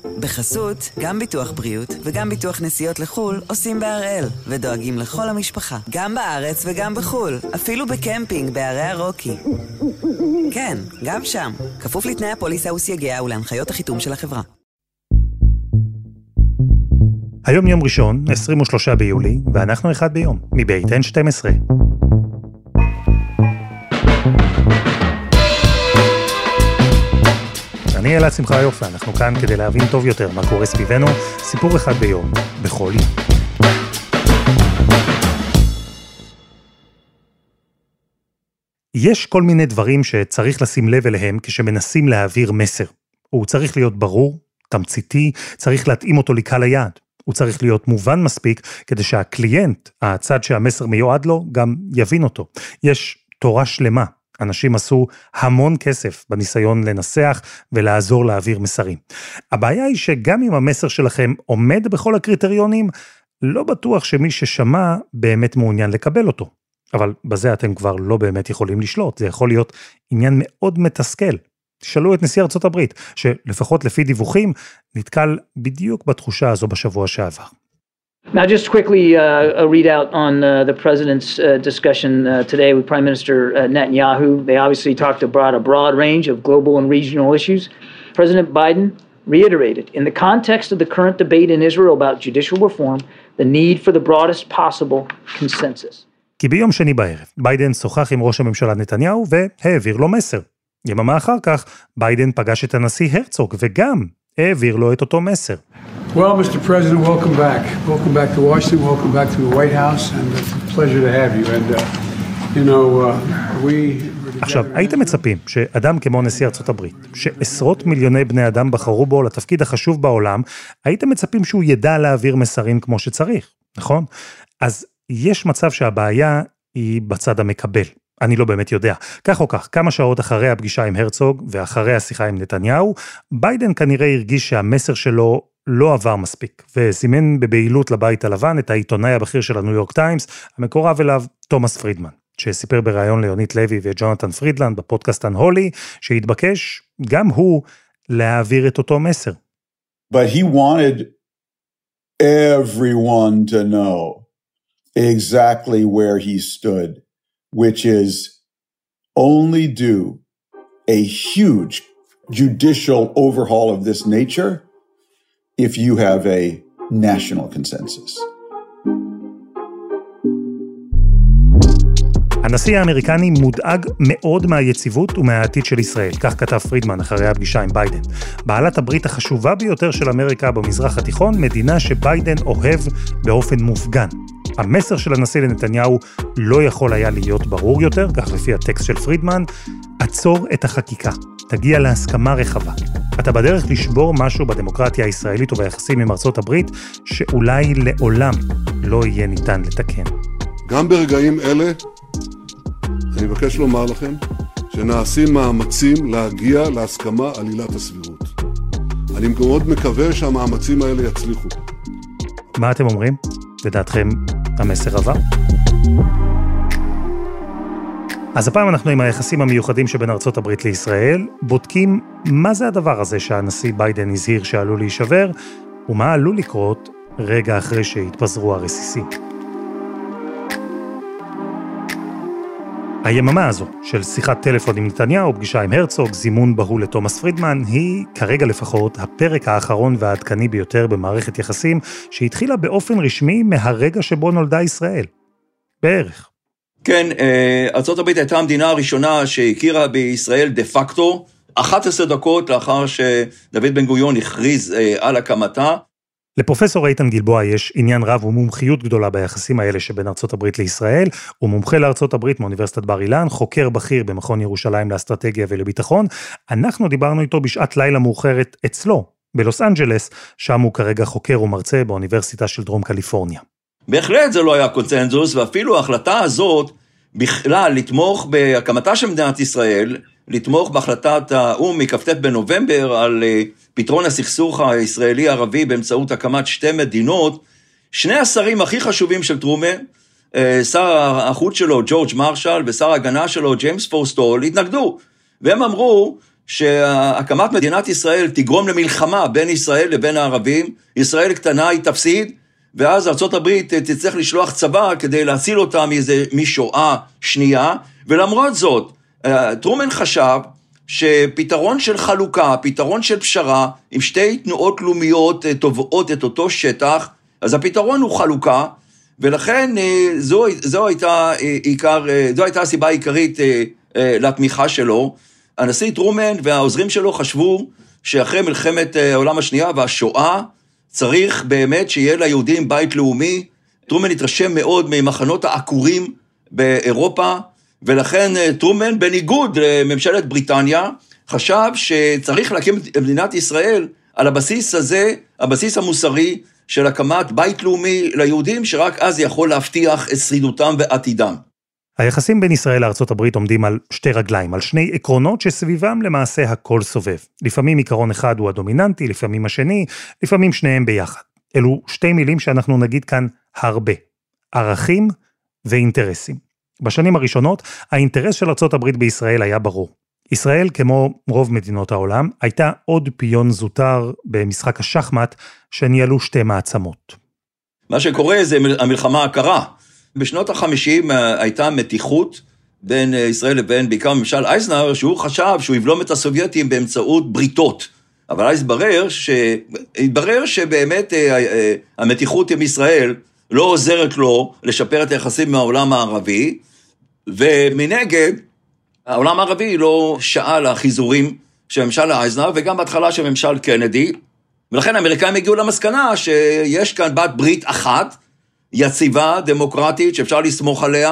בחסות, גם ביטוח בריאות וגם ביטוח נסיעות לחול עושים בהראל, ודואגים לכל המשפחה, גם בארץ וגם בחול, אפילו בקמפינג בערי הרוקי. כן, גם שם, כפוף לתנאי הפוליסה וסייגיה ולהנחיות החיתום של החברה. היום יום ראשון, 23 ביולי, ואנחנו אחד ביום, מבית N12. אני אלעד שמחה יופי, אנחנו כאן כדי להבין טוב יותר מה קורה סביבנו, סיפור אחד ביום, בכל יום. יש כל מיני דברים שצריך לשים לב אליהם כשמנסים להעביר מסר. הוא צריך להיות ברור, תמציתי, צריך להתאים אותו לקהל היעד. הוא צריך להיות מובן מספיק כדי שהקליינט, הצד שהמסר מיועד לו, גם יבין אותו. יש תורה שלמה. אנשים עשו המון כסף בניסיון לנסח ולעזור להעביר מסרים. הבעיה היא שגם אם המסר שלכם עומד בכל הקריטריונים, לא בטוח שמי ששמע באמת מעוניין לקבל אותו. אבל בזה אתם כבר לא באמת יכולים לשלוט. זה יכול להיות עניין מאוד מתסכל. תשאלו את נשיא ארצות הברית, שלפחות לפי דיווחים, נתקל בדיוק בתחושה הזו בשבוע שעבר. Now, just quickly a readout on the president's discussion today with Prime Minister Netanyahu. They obviously talked about a broad range of global and regional issues. President Biden reiterated, in the context of the current debate in Israel about judicial reform, the need for the broadest possible consensus. כי ביום שני בערב, ביידן שוחח עם ראש הממשלה נתניהו והעביר לו מסר. יממה אחר כך, ביידן פגש את הנשיא הרצוג וגם העביר לו את אותו מסר. Well, Mr. President, welcome back. Welcome back to Washington. Welcome back to the White House. And it's a pleasure to have you. And, you know, עכשיו, הייתם מצפים שאדם כמו נשיא ארצות הברית, שעשרות מיליוני בני אדם בחרו בו לתפקיד החשוב בעולם, הייתם מצפים שהוא ידע להעביר מסרים כמו שצריך, נכון? אז יש מצב שהבעיה היא בצד המקבל. אני לא באמת יודע. כך או כך, כמה שעות אחרי הפגישה עם הרצוג ואחרי השיחה עם נתניהו, ביידן כנראה הרגיש שהמסר שלו לא עבר מספיק, וסימן בבהילות לבית הלבן את העיתונאי הבכיר של הניו יורק טיימס, המקורב אליו תומאס פרידמן, שסיפר בראיון ליונית לוי וג'ונתן פרידלנד בפודקאסט אנהולי, שהתבקש גם הוא להעביר את אותו מסר. But he wanted everyone to know exactly where he stood, which is only do a huge judicial overhaul of this nature if you have a national consensus. הנשיא האמריקני מודאג מאוד מהיציבות ומהעתיד של ישראל, כך כתב פרידמן אחרי הפגישה עם ביידן. בעלת הברית החשובה ביותר של אמריקה במזרח התיכון, מדינה שביידן אוהב באופן מופגן. המסר של הנשיא לנתניהו לא יכול היה להיות ברור יותר, כך לפי הטקסט של פרידמן, עצור את החקיקה, תגיע להסכמה רחבה. אתה בדרך לשבור משהו בדמוקרטיה הישראלית וביחסים עם ארצות הברית, שאולי לעולם לא יהיה ניתן לתקן. גם ברגעים אלה, אני מבקש לומר לכם, שנעשים מאמצים להגיע להסכמה על עילת הסבירות. אני מאוד מקווה שהמאמצים האלה יצליחו. מה אתם אומרים? לדעתכם המסר עבר? אז הפעם אנחנו עם היחסים המיוחדים שבין ארצות הברית לישראל, בודקים מה זה הדבר הזה שהנשיא ביידן הזהיר שעלול להישבר, ומה עלול לקרות רגע אחרי שהתפזרו הרסיסים. היממה הזו של שיחת טלפון עם נתניהו, פגישה עם הרצוג, זימון בהול לתומאס פרידמן, היא כרגע לפחות הפרק האחרון והעדכני ביותר במערכת יחסים, שהתחילה באופן רשמי מהרגע שבו נולדה ישראל. בערך. כן, ארצות הברית הייתה המדינה הראשונה שהכירה בישראל דה פקטו, 11 דקות לאחר שדוד בן גוריון הכריז על הקמתה. לפרופסור איתן גלבוע יש עניין רב ומומחיות גדולה ביחסים האלה שבין ארצות הברית לישראל, הוא מומחה לארצות הברית מאוניברסיטת בר אילן, חוקר בכיר במכון ירושלים לאסטרטגיה ולביטחון. אנחנו דיברנו איתו בשעת לילה מאוחרת אצלו, בלוס אנג'לס, שם הוא כרגע חוקר ומרצה באוניברסיטה של דרום קליפורניה. בהחלט זה לא היה קונצנזוס, ואפילו ההחלטה הזאת בכלל לתמוך בהקמתה של מדינת ישראל, לתמוך בהחלטת האו"ם מכ"ט בנובמבר על פתרון הסכסוך הישראלי-ערבי באמצעות הקמת שתי מדינות, שני השרים הכי חשובים של טרומן, שר החוץ שלו ג'ורג' מרשל ושר ההגנה שלו ג'יימס פורסטול, התנגדו, והם אמרו שהקמת מדינת ישראל תגרום למלחמה בין ישראל לבין הערבים, ישראל קטנה היא תפסיד, ואז ארצות הברית תצטרך לשלוח צבא כדי להציל אותה משואה שנייה, ולמרות זאת, טרומן חשב שפתרון של חלוקה, פתרון של פשרה, עם שתי תנועות לאומיות תובעות את אותו שטח, אז הפתרון הוא חלוקה, ולכן זו הייתה הסיבה העיקרית לתמיכה שלו. הנשיא טרומן והעוזרים שלו חשבו שאחרי מלחמת העולם השנייה והשואה, צריך באמת שיהיה ליהודים בית לאומי. טרומן התרשם מאוד ממחנות העקורים באירופה, ולכן טרומן, בניגוד לממשלת בריטניה, חשב שצריך להקים את מדינת ישראל על הבסיס הזה, הבסיס המוסרי של הקמת בית לאומי ליהודים, שרק אז יכול להבטיח את שרידותם ועתידם. היחסים בין ישראל לארצות הברית עומדים על שתי רגליים, על שני עקרונות שסביבם למעשה הכל סובב. לפעמים עיקרון אחד הוא הדומיננטי, לפעמים השני, לפעמים שניהם ביחד. אלו שתי מילים שאנחנו נגיד כאן הרבה. ערכים ואינטרסים. בשנים הראשונות, האינטרס של ארצות הברית בישראל היה ברור. ישראל, כמו רוב מדינות העולם, הייתה עוד פיון זוטר במשחק השחמט שניהלו שתי מעצמות. מה שקורה זה המלחמה הקרה. בשנות ה-50 הייתה מתיחות בין ישראל לבין בעיקר ממשל אייזנר, שהוא חשב שהוא יבלום את הסובייטים באמצעות בריתות. אבל אז התברר שבאמת המתיחות עם ישראל לא עוזרת לו לשפר את היחסים מהעולם הערבי, ומנגד, העולם הערבי לא שעה לחיזורים של ממשל אייזנר, וגם בהתחלה של ממשל קנדי, ולכן האמריקאים הגיעו למסקנה שיש כאן בת ברית אחת, יציבה, דמוקרטית, שאפשר לסמוך עליה,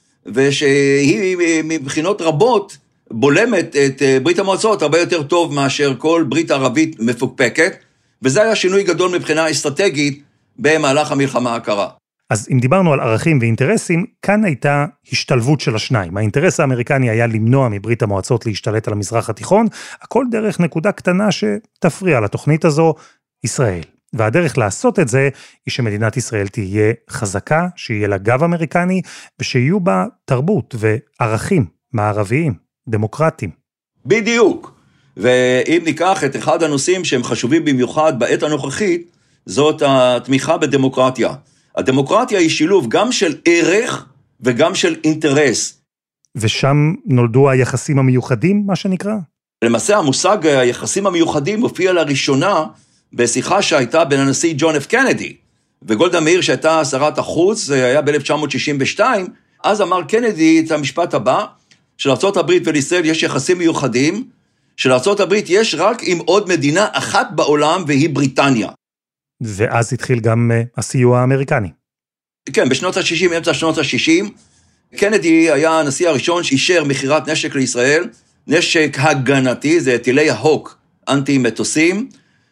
ושהיא מבחינות רבות בולמת את ברית המועצות הרבה יותר טוב מאשר כל ברית ערבית מפוקפקת, וזה היה שינוי גדול מבחינה אסטרטגית במהלך המלחמה הקרה. אז אם דיברנו על ערכים ואינטרסים, כאן הייתה השתלבות של השניים. האינטרס האמריקני היה למנוע מברית המועצות להשתלט על המזרח התיכון, הכל דרך נקודה קטנה שתפריע לתוכנית הזו, ישראל. והדרך לעשות את זה היא שמדינת ישראל תהיה חזקה, שיהיה לה גב אמריקני, ושיהיו בה תרבות וערכים מערביים, דמוקרטיים. בדיוק. ואם ניקח את אחד הנושאים שהם חשובים במיוחד בעת הנוכחית, זאת התמיכה בדמוקרטיה. הדמוקרטיה היא שילוב גם של ערך וגם של אינטרס. ושם נולדו היחסים המיוחדים, מה שנקרא? למעשה המושג היחסים המיוחדים הופיע לראשונה בשיחה שהייתה בין הנשיא ג'ון אף קנדי, וגולדה מאיר שהייתה שרת החוץ, זה היה ב-1962, אז אמר קנדי את המשפט הבא, שלארצות הברית ולישראל יש יחסים מיוחדים, שלארצות הברית יש רק עם עוד מדינה אחת בעולם, והיא בריטניה. ואז התחיל גם הסיוע האמריקני. כן, בשנות ה-60, אמצע שנות ה-60, קנדי היה הנשיא הראשון שאישר מכירת נשק לישראל, נשק הגנתי, זה טילי ההוק אנטי מטוסים,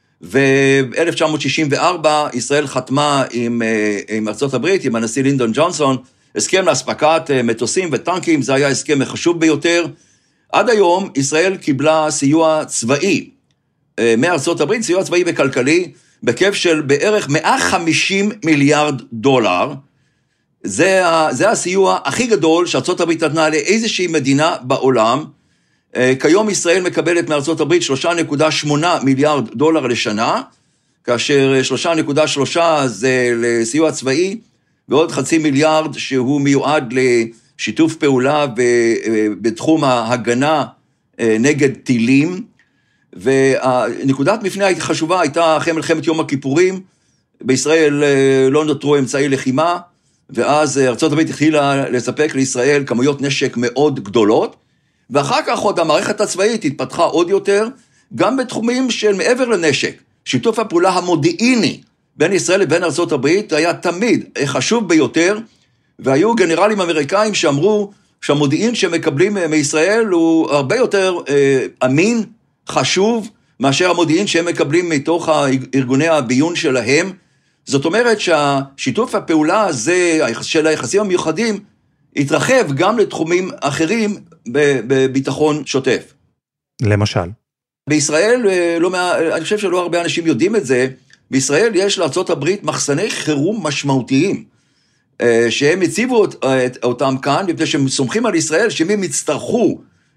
ו-1964 ישראל חתמה עם ארצות הברית, עם הנשיא לינדון ג'ונסון, הסכם להספקת מטוסים וטנקים, זה היה הסכם החשוב ביותר. עד היום ישראל קיבלה סיוע צבאי מארצות הברית, סיוע צבאי וכלכלי, בכיף של בערך 150 מיליארד דולר. זה הסיוע הכי גדול שארצות הברית נתנה לאיזושהי מדינה בעולם. כיום ישראל מקבלת מארצות הברית 3.8 מיליארד דולר לשנה, כאשר 3.3 זה לסיוע צבאי, ועוד 0.5 מיליארד שהוא מיועד לשיתוף פעולה בתחום ההגנה נגד טילים, ונקודת מפנה חשובה הייתה אחרי מלחמת יום הכיפורים, בישראל לא נותרו אמצעי לחימה, ואז ארצות הברית התחילה לספק לישראל כמויות נשק מאוד גדולות, ואחר כך עוד המערכת הצבאית התפתחה עוד יותר, גם בתחומים של מעבר לנשק. שיתוף הפעולה המודיעיני בין ישראל לבין ארצות הברית היה תמיד חשוב ביותר, והיו גנרלים אמריקאים שאמרו שהמודיעין שמקבלים מישראל הוא הרבה יותר אמין, חשוב, מאשר המודיעין שהם מקבלים מתוך ארגוני הביון שלהם. זאת אומרת שהשיתוף הפעולה הזה של היחסים המיוחדים התרחב גם לתחומים אחרים בביטחון שוטף. למשל? בישראל, אני חושב שלא הרבה אנשים יודעים את זה, בישראל יש לארצות הברית מחסני חירום משמעותיים, שהם הציבו אותם כאן, מפני שהם סומכים על ישראל, שהם יצטרכו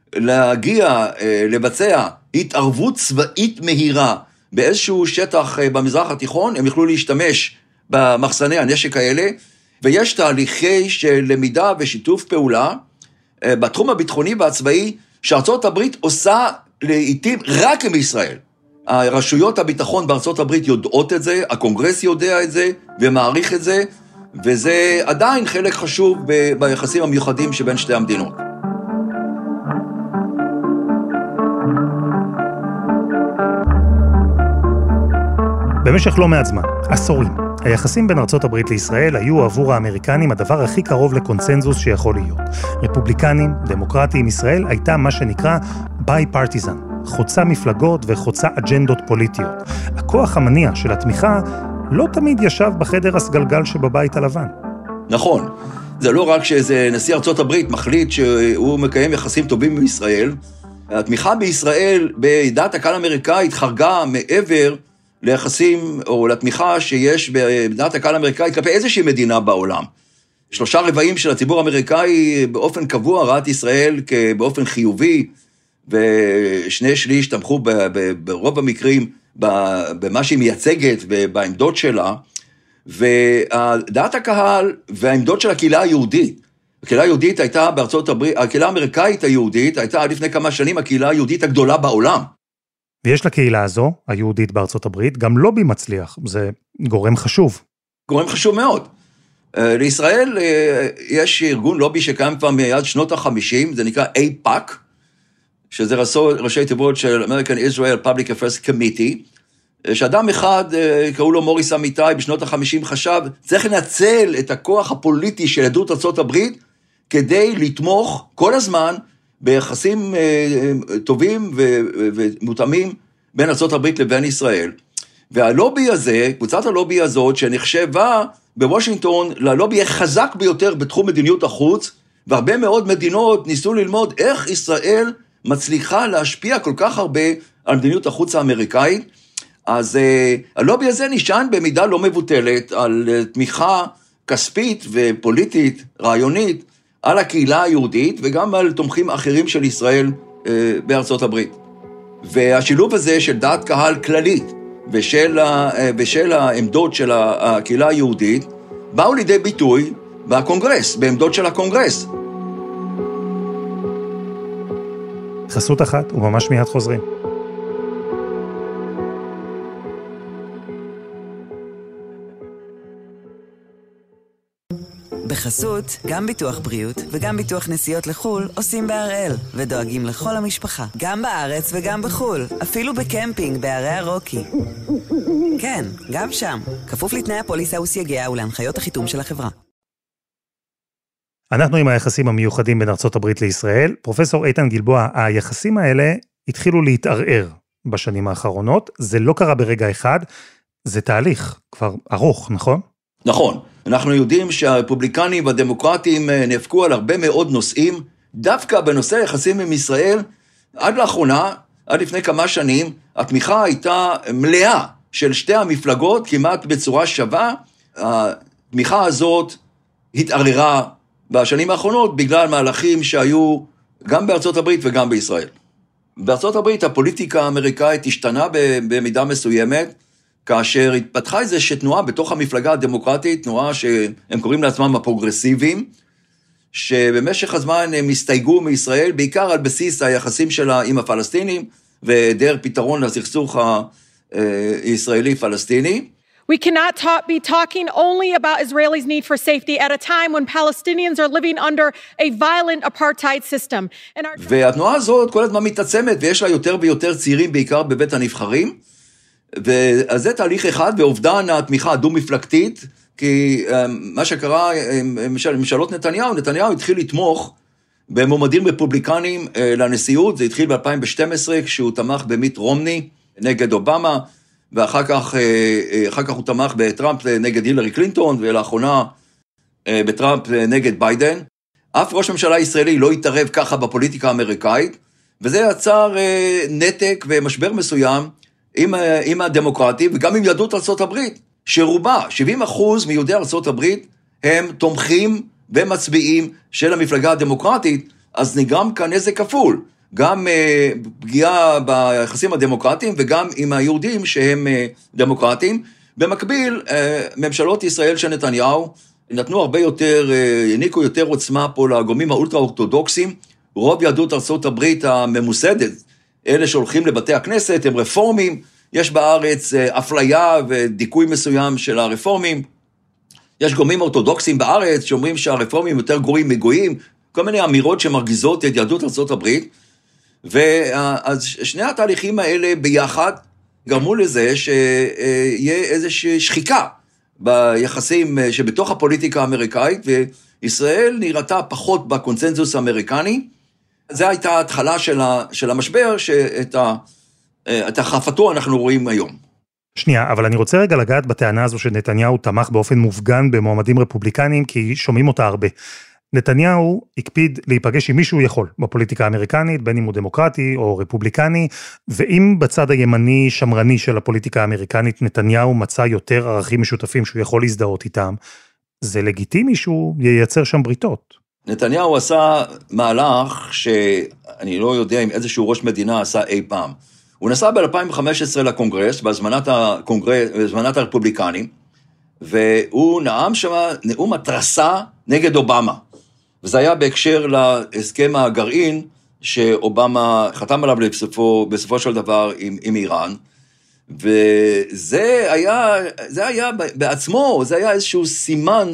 להגיע, לבצע התערבות צבאית מהירה באיזשהו שטח במזרח התיכון, הם יוכלו להשתמש במחסני הנשק האלה, ויש תהליכי של למידה ושיתוף פעולה בתחום הביטחוני והצבאי, שארצות הברית עושה לעתים רק עם ישראל. הרשויות הביטחון בארצות הברית יודעות את זה, הקונגרס יודע את זה ומעריך את זה, וזה עדיין חלק חשוב ביחסים המיוחדים שבין שתי המדינות. במשך לא מעט זמן, עשורים, היחסים בין ארצות הברית לישראל היו עבור האמריקנים הדבר הכי קרוב לקונסנזוס שיכול להיות. רפובליקנים, דמוקרטים, ישראל הייתה מה שנקרא bipartisan, חוצה מפלגות וחוצה אג'נדות פוליטיות. הכוח המניע של התמיכה לא תמיד ישב בחדר הסגלגל שבבית הלבן. נכון, זה לא רק שאיזה נשיא ארצות הברית מחליט שהוא מקיים יחסים טובים עם ישראל, התמיכה בישראל בדעת הקהל האמריקאית חרגה מעבר ליחסים או לתמיכה שיש בדעת הקהל האמריקאית כלפי איזושהי מדינה בעולם. 3/4 של הציבור האמריקאי באופן קבוע ראה את ישראל באופן חיובי, ו2/3 תמכו ברוב המקרים במה שהיא מייצגת ובעמדות שלה, ודעת הקהל והעמדות של הקהילה היהודית. הקהילה היהודית הייתה בארצות הברית, הקהילה האמריקאית היהודית הייתה עד לפני כמה שנים הקהילה היהודית הגדולה בעולם. ויש לקהילה הזו, היהודית בארצות הברית, גם לובי מצליח, זה גורם חשוב. גורם חשוב מאוד. לישראל יש ארגון לובי שקיים כבר מיד שנות ה-50, זה נקרא AIPAC, שזה ראשי תיבות של American Israel Public Affairs Committee, שאדם אחד, קראו לו מוריס אמיתי, בשנות ה-50 חשב, צריך לנצל את הכוח הפוליטי של יהדות ארצות הברית, כדי לתמוך כל הזמן ביחסים טובים ומותאמים בין ארצות הברית לבין ישראל. והלובי הזה, קבוצת הלובי הזאת, שנחשבה בוושינגטון ללובי החזק ביותר בתחום מדיניות החוץ, והרבה מאוד מדינות ניסו ללמוד איך ישראל מצליחה להשפיע כל כך הרבה על מדיניות החוץ האמריקאית. אז הלובי הזה נשען במידה לא מבוטלת על תמיכה כספית ופוליטית, רעיונית, על הקהילה היהודית וגם על תומכים אחרים של ישראל בארצות הברית. והשילוב הזה של דעת קהל כללית ושל העמדות של הקהילה היהודית, באו לידי ביטוי בקונגרס, בעמדות של הקונגרס. חסות אחת וממש מיד חוזרים. בחסות, גם ביטוח בריאות וגם ביטוח נסיעות לחול עושים בהראל, ודואגים לכל המשפחה, גם בארץ וגם בחול, אפילו בקמפינג בערי הרוקי. כן, גם שם, כפוף לתנאי הפוליסה וסייגיה ולהנחיות החיתום של החברה. אנחנו עם היחסים המיוחדים בין ארצות הברית לישראל. פרופסור איתן גלבוע, היחסים האלה התחילו להתערער בשנים האחרונות, זה לא קרה ברגע אחד, זה תהליך כבר ארוך, נכון? נכון. אנחנו יודעים שהרפובליקנים והדמוקרטים נאבקו על הרבה מאוד נושאים, דווקא בנושא היחסים עם ישראל, עד לאחרונה, עד לפני כמה שנים, התמיכה הייתה מלאה של שתי המפלגות, כמעט בצורה שווה. התמיכה הזאת התערערה בשנים האחרונות, בגלל מהלכים שהיו גם בארצות הברית וגם בישראל. בארצות הברית הפוליטיקה האמריקאית השתנה במידה מסוימת, כאשר התפתחה איזושהי תנועה בתוך המפלגה הדמוקרטית, תנועה שהם קוראים לעצמם הפרוגרסיביים, שבמשך הזמן הם הסתייגו מישראל, בעיקר על בסיס היחסים שלה עם הפלסטינים, והיעדר פתרון לסכסוך הישראלי-פלסטיני. We cannot be talking only about Israelis' need for safety at a time when Palestinians are living under a violent apartheid system. והתנועה הזאת כל הזמן מתעצמת, ויש לה יותר ויותר צעירים, בעיקר בבית הנבחרים, אז זה תהליך אחד, ואובדן התמיכה הדו-מפלגתית, כי מה שקרה עם ממשלות נתניהו התחיל לתמוך במועמדים רפובליקנים לנשיאות, זה התחיל ב-2012, כשהוא תמך במיט רומני נגד אובמה, ואחר כך הוא תמך בטראמפ נגד הילרי קלינטון, ולאחרונה בטראמפ נגד ביידן. אף ראש ממשלה ישראלי לא התערב ככה בפוליטיקה האמריקאית, וזה יצר נתק ומשבר מסוים עם הדמוקרטים, וגם עם יהדות ארצות הברית, שרובה, 70% מיהודי ארצות הברית, הם תומכים ומצביעים של המפלגה הדמוקרטית, אז נגרם כאן נזק כפול. גם פגיעה ביחסים הדמוקרטיים וגם עם היהודים שהם דמוקרטיים. במקביל, ממשלות ישראל של נתניהו נתנו הרבה יותר, העניקו יותר עוצמה פה לגורמים האולטרה-אורתודוקסים. רוב יהדות ארצות הברית הממוסדת, אלה שהולכים לבתי הכנסת, הם רפורמים. יש בארץ אפליה ודיכוי מסוים של הרפורמים. יש גורמים אורתודוקסים בארץ שאומרים שהרפורמים יותר גרועים מגויים, כל מיני אמירות שמרגיזות את יהדות ארצות הברית. ואז שני התהליכים האלה ביחד גרמו לזה שיהיה איזושהי שחיקה ביחסים שבתוך הפוליטיקה האמריקאית, וישראל נראתה פחות בקונצנזוס האמריקני. זו הייתה ההתחלה של המשבר, שאת החפתו אנחנו רואים היום. שנייה, אבל אני רוצה רגע לגעת בטענה הזו שנתניהו תמך באופן מופגן במועמדים רפובליקנים, כי שומעים אותה הרבה. נתניהו הקפיד להיפגש עם מישהו יכול בפוליטיקה האמריקנית, בין אם הוא דמוקרטי או רפובליקני, ואם בצד הימני שמרני של הפוליטיקה האמריקנית נתניהו מצא יותר ערכים משותפים שהוא יכול להזדהות איתם, זה לגיטימי שהוא ייצר שם בריתות. נתניהו עשה מהלך שאני לא יודע אם איזשהו ראש מדינה עשה אי פעם. הוא נסע ב-2015 לקונגרס, בהזמנת הרפובליקנים, והוא נאם שם נאום התרסה נגד אובמה. וזה היה בהקשר להסכם הגרעין שאובמה חתם עליו בסופו של דבר עם איראן, וזה היה בעצמו, זה היה איזשהו סימן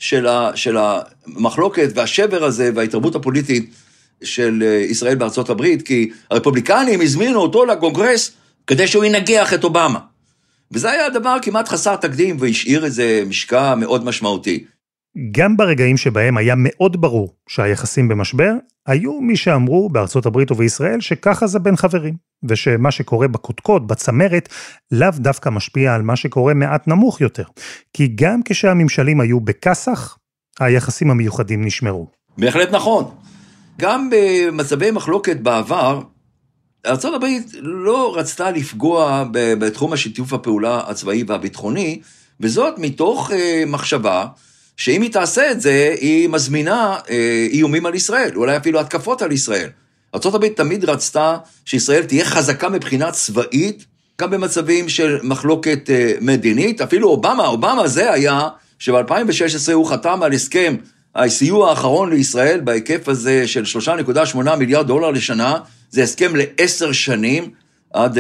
של המחלוקת והשבר הזה וההתרבות הפוליטית של ישראל בארצות הברית, כי הרפובליקנים הזמינו אותו לקונגרס כדי שהוא ינגח את אובמה. וזה היה דבר כמעט חסר תקדים, והשאיר איזה משקע מאוד משמעותי. גם ברגעים שבהם היה מאוד ברור שהיחסים במשבר, היו מי שאמרו בארצות הברית ובישראל שככה זה בין חברים, ושמה שקורה בקודקוד, בצמרת, לאו דווקא משפיע על מה שקורה מעט נמוך יותר. כי גם כשהממשלים היו בקסח, היחסים המיוחדים נשמרו. בהחלט נכון. גם במצבי מחלוקת בעבר, ארצות הברית לא רצתה לפגוע בתחום השיתוף הפעולה הצבאי והביטחוני, וזאת מתוך מחשבה שאם היא תעשה את זה, היא מזמינה איומים על ישראל, אולי אפילו התקפות על ישראל. ארצות הברית תמיד רצתה שישראל תהיה חזקה מבחינה צבאית, גם במצבים של מחלוקת מדינית. אפילו אובמה זה היה שב-2016 הוא חתם על הסכם הסיוע האחרון לישראל בהיקף הזה של $3.8 מיליארד לשנה, זה הסכם ל10 שנים, עד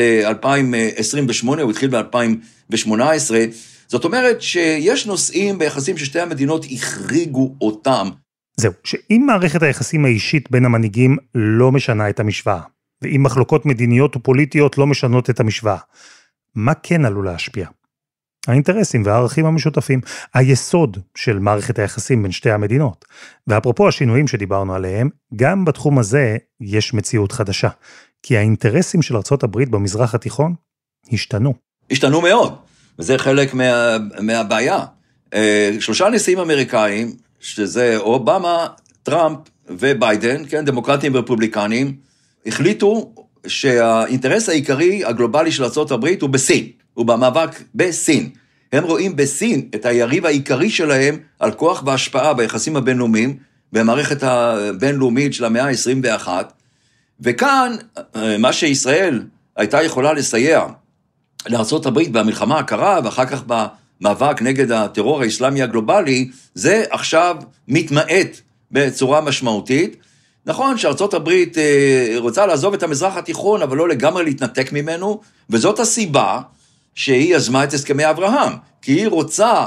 2028, הוא התחיל ב-2018, זאת אומרת שיש נושאים ביחסים ששתי המדינות החריגו אותם. זהו, שאם מערכת היחסים האישית בין המנהיגים לא משנה את המשוואה, ואם מחלוקות מדיניות ופוליטיות לא משנות את המשוואה, מה כן עלול להשפיע? האינטרסים והערכים המשותפים, היסוד של מערכת היחסים בין שתי המדינות. ואפרופו השינויים שדיברנו עליהם, גם בתחום הזה יש מציאות חדשה, כי האינטרסים של ארצות הברית במזרח התיכון השתנו. השתנו מאוד, וזה חלק מהבעיה. 3 נשיאים אמריקאים, שזה אובמה, טראמפ וביידן, כן, דמוקרטים ורפובליקנים, החליטו שהאינטרס העיקרי הגלובלי של ארצות הברית הוא בסין. הוא במאבק בסין. הם רואים בסין את היריב העיקרי שלהם על כוח והשפעה ביחסים הבינלאומיים, במערכת הבינלאומית של המאה ה-21, וכאן מה שישראל הייתה יכולה לסייע לארצות הברית במלחמה הקרה, ואחר כך במאבק נגד הטרור האסלאמי הגלובלי, זה עכשיו מתמעט בצורה משמעותית. נכון שארצות הברית רוצה לעזוב את המזרח התיכון, אבל לא לגמרי להתנתק ממנו, וזאת הסיבה שהיא יזמה את הסכמי אברהם, כי היא רוצה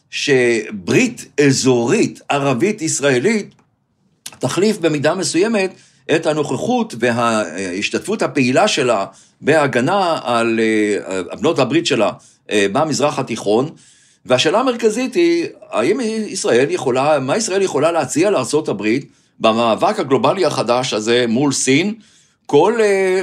שברית אזורית ערבית ישראלית תחליף במידה מסוימת את הנוכחות וההשתתפות הפעילה שלה בהגנה על בנות הברית שלה במזרח התיכון. והשאלה המרכזית היא, מה ישראל יכולה להציע לארצות הברית במאבק הגלובלי החדש הזה מול סין? כל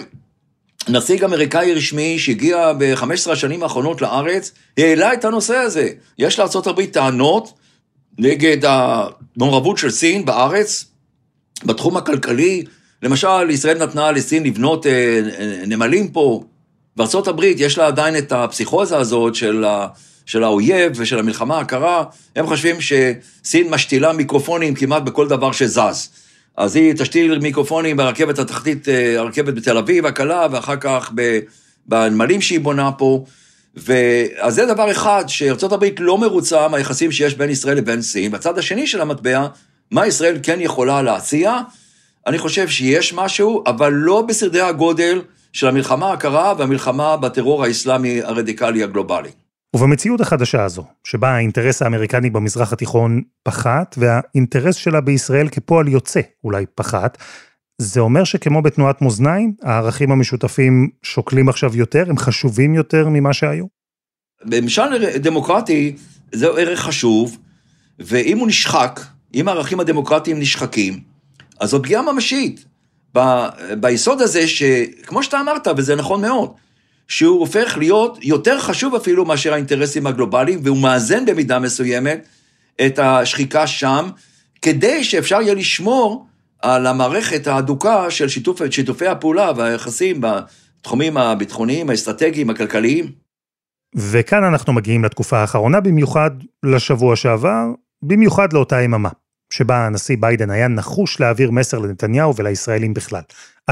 נציג אמריקאי רשמי שהגיע ב-15 השנים האחרונות לארץ, העלה את הנושא הזה. יש לארצות הברית טענות נגד המעורבות של סין בארץ, בתחום הכלכלי. למשל, ישראל נתנה לסין לבנות נמלים פה. בארצות הברית יש לה עדיין את הפסיכוזה הזאת של האויב ושל המלחמה הקרה. הם חושבים שסין משתילה מיקרופונים כמעט בכל דבר שזז. אז היא תשתיל מיקרופונים ברכבת התחתית, הרכבת בתל אביב, הקלה, ואחר כך בנמלים שהיא בונה פה, אז זה דבר אחד, שארצות הברית לא מרוצה מהיחסים שיש בין ישראל לבין סין. בצד השני של המטבע, מה ישראל כן יכולה להציע? אני חושב שיש משהו, אבל לא בסרדי הגודל של המלחמה הקרה והמלחמה בטרור האסלאמי הרדיקלי הגלובלי. ובמציאות החדשה הזו, שבה האינטרס האמריקני במזרח התיכון פחת, והאינטרס שלה בישראל כפועל יוצא אולי פחת, זה אומר שכמו בתנועת מאזניים, הערכים המשותפים שוקלים עכשיו יותר, הם חשובים יותר ממה שהיו? במשל דמוקרטי זהו ערך חשוב, ואם הוא נשחק, אם הערכים הדמוקרטיים נשחקים, אז זו פגיעה ממשית ביסוד הזה שכמו שאתה אמרת, וזה נכון מאוד, שהוא הופך להיות יותר חשוב אפילו מאשר האינטרסים הגלובליים, והוא מאזן במידה מסוימת את השחיקה שם, כדי שאפשר יהיה לשמור על המערכת ההדוקה של שיתופי הפעולה והיחסים בתחומים הביטחוניים, האסטרטגיים, הכלכליים. וכאן אנחנו מגיעים לתקופה האחרונה, במיוחד לשבוע שעבר, במיוחד לאותה יממה, שבה הנשיא ביידן היה נחוש להעביר מסר לנתניהו ולישראלים בכלל.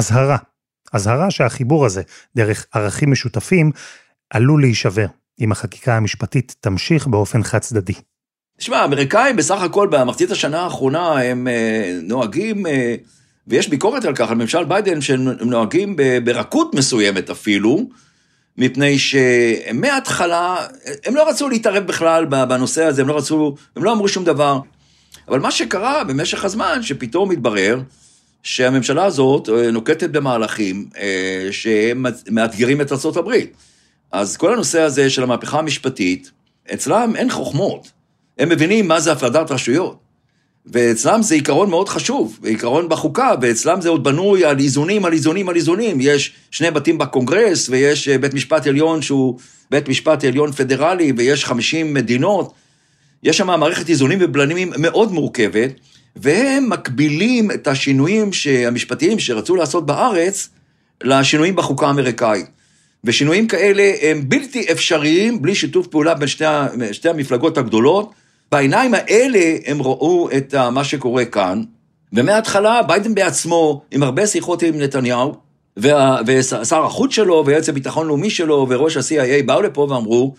הזהרה שהחיבור הזה, דרך ערכים משותפים, עלול להישבר, אם החקיקה המשפטית תמשיך באופן חד צדדי. תשמע, האמריקאים בסך הכל במחצית השנה האחרונה הם נוהגים, ויש ביקורת על כך, על ממשל ביידן, שהם נוהגים ברכות מסוימת אפילו, מפני שמההתחלה, הם לא רצו להתערב בכלל בנושא הזה, הם לא אמרו שום דבר. אבל מה שקרה במשך הזמן, שפתאום מתברר, שהממשלה הזאת נוקטת במהלכים שהם מאתגרים את ארצות הברית. אז כל הנושא הזה של המהפכה המשפטית, אצלם אין חוכמות. הם מבינים מה זה הפרדת רשויות. ואצלם זה עיקרון מאוד חשוב, עיקרון בחוקה, ואצלם זה עוד בנוי על איזונים, על איזונים, על איזונים. יש 2 בתים בקונגרס, ויש בית משפט עליון שהוא בית משפט עליון פדרלי, ויש 50 מדינות. יש שם מערכת איזונים ובלמים מאוד מורכבת, והם מקבילים את השינויים המשפטיים שרצו לעשות בארץ, לשינויים בחוקה האמריקאית. ושינויים כאלה הם בלתי אפשריים, בלי שיתוף פעולה בין שתי המפלגות הגדולות. בעיניים האלה הם ראו את מה שקורה כאן, ומההתחלה ביידן בעצמו, עם הרבה שיחות עם נתניהו, ושר החוץ שלו, ויועץ הביטחון לאומי שלו, וראש ה-CIA באו לפה ואמרו,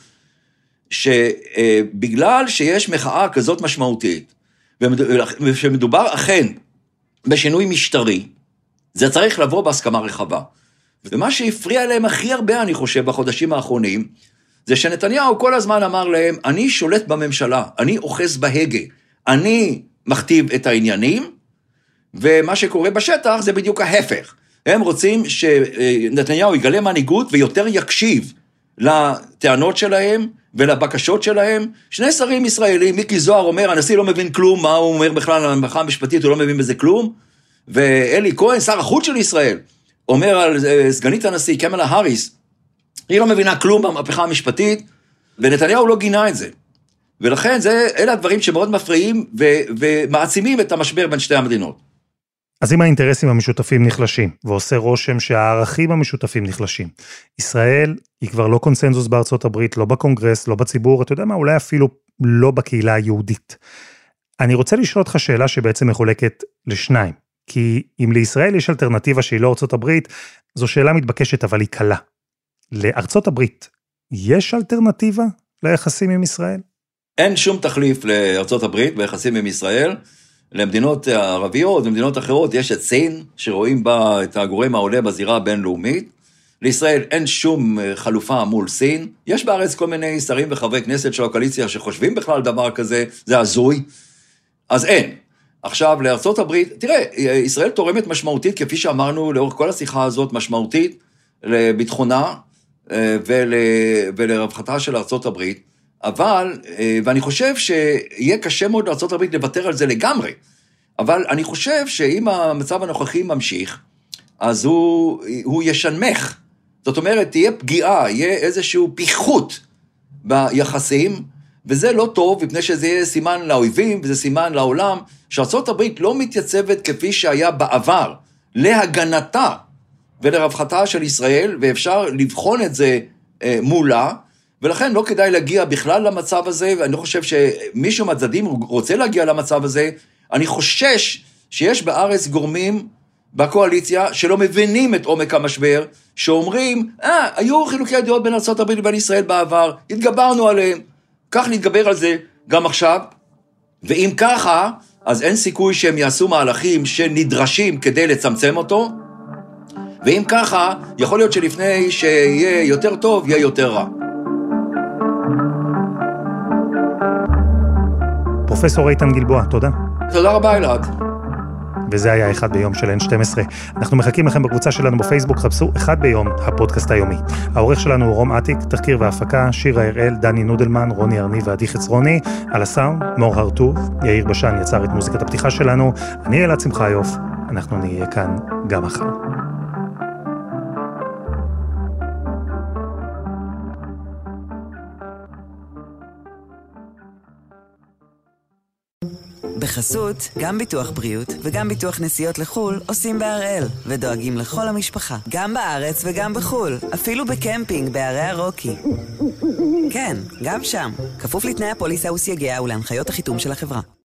שבגלל שיש מחאה כזאת משמעותית, ושמדובר אכן בשינוי משטרי, זה צריך לבוא בהסכמה רחבה. ומה שהפריע להם הכי הרבה, אני חושב, בחודשים האחרונים, זה שנתניהו כל הזמן אמר להם, אני שולט בממשלה, אני אוחז בהגה, אני מכתיב את העניינים, ומה שקורה בשטח זה בדיוק ההפך. הם רוצים שנתניהו יגלה מנהיגות ויותר יקשיב לטענות שלהם ולבקשות שלהם. 2 שרים ישראלים, מיקי זוהר אומר, הנשיא לא מבין כלום, מה הוא אומר בכלל על המהפכה המשפטית, הוא לא מבין בזה כלום, ואלי כהן, שר החוץ של ישראל, אומר על סגנית הנשיא, קמלה האריס, היא לא מבינה כלום במהפכה המשפטית, ונתניהו לא גינה את זה. ולכן אלה הדברים שמאוד מפריעים ומעצימים את המשבר בין שתי המדינות. אז אם האינטרסים המשותפים נחלשים, ועושה רושם שהערכים המשותפים נחלשים, ישראל היא כבר לא קונסנזוס בארצות הברית, לא בקונגרס, לא בציבור, אתה יודע מה, אולי אפילו לא בקהילה היהודית. אני רוצה לשאול אותך שאלה שבעצם מחולקת לשניים, כי אם לישראל יש אלטרנטיבה שהיא לא ארצות הברית, זו שאלה מתבקשת אבל היא קלה. לארצות הברית, יש אלטרנטיבה ליחסים עם ישראל? אין שום תחליף לארצות הברית ביחסים עם ישראל. למדינות הערביות ומדינות אחרות יש את סין, שרואים בה את הגורם העולה בזירה הבינלאומית. לישראל אין שום חלופה מול סין. יש בארץ כל מיני שרים וחברי כנסת של הקואליציה שחושבים בכלל דבר כזה, זה הזוי. אז אין. עכשיו, לארצות הברית, תראה, ישראל תורמת משמעותית, כפי שאמרנו לאורך כל השיחה הזאת, משמעותית לביטחונה ולרווחתה של ארצות הברית, אבל, ואני חושב שיהיה קשה מאוד לארצות הברית לוותר על זה לגמרי, אבל אני חושב שאם המצב הנוכחי ממשיך, אז הוא ישנמך. זאת אומרת, תהיה פגיעה, יהיה איזשהו פיחות ביחסים, וזה לא טוב, מפני שזה יהיה סימן לאויבים, וזה סימן לעולם, שארצות הברית לא מתייצבת כפי שהיה בעבר, להגנתה ולרווחתה של ישראל, ואפשר לבחון את זה מולה, ולכן לא כדאי להגיע בכלל למצב הזה, ואני לא חושב שמישהו מהצדדים רוצה להגיע למצב הזה. אני חושש שיש בארץ גורמים בקואליציה שלא מבינים את עומק המשבר, שאומרים, היו חילוקי הדעות בין ארצות הברית לבין ישראל בעבר, התגברנו עליהם, כך נתגבר על זה גם עכשיו, ואם ככה, אז אין סיכוי שהם יעשו מהלכים שנדרשים כדי לצמצם אותו, ואם ככה, יכול להיות שלפני שיהיה יותר טוב, יהיה יותר רע. פרופסור איתן גלבוע, תודה. תודה רבה, אלעד. וזה היה אחד ביום של N12. אנחנו מחכים לכם בקבוצה שלנו בפייסבוק, חפשו אחד ביום, הפודקאסט היומי. העורך שלנו הוא רום עתיק, תחקיר והפקה, שירה הראל, דני נודלמן, רוני ארני ועדי חצרוני, על הסאונד, מור הרטוב, יאיר בשן יצר את מוזיקת הפתיחה שלנו, אני אלעד שמחיוף, אנחנו נהיה כאן גם מחר. בחסות, גם ביטוח בריאות וגם ביטוח נסיעות לחול עושים בהראל ודואגים לכל המשפחה, גם בארץ וגם בחול, אפילו בקמפינג בערי הרוקי. כן, גם שם, כפוף לתנאי הפוליסה וסייגיה ולהנחיות החיתום של החברה.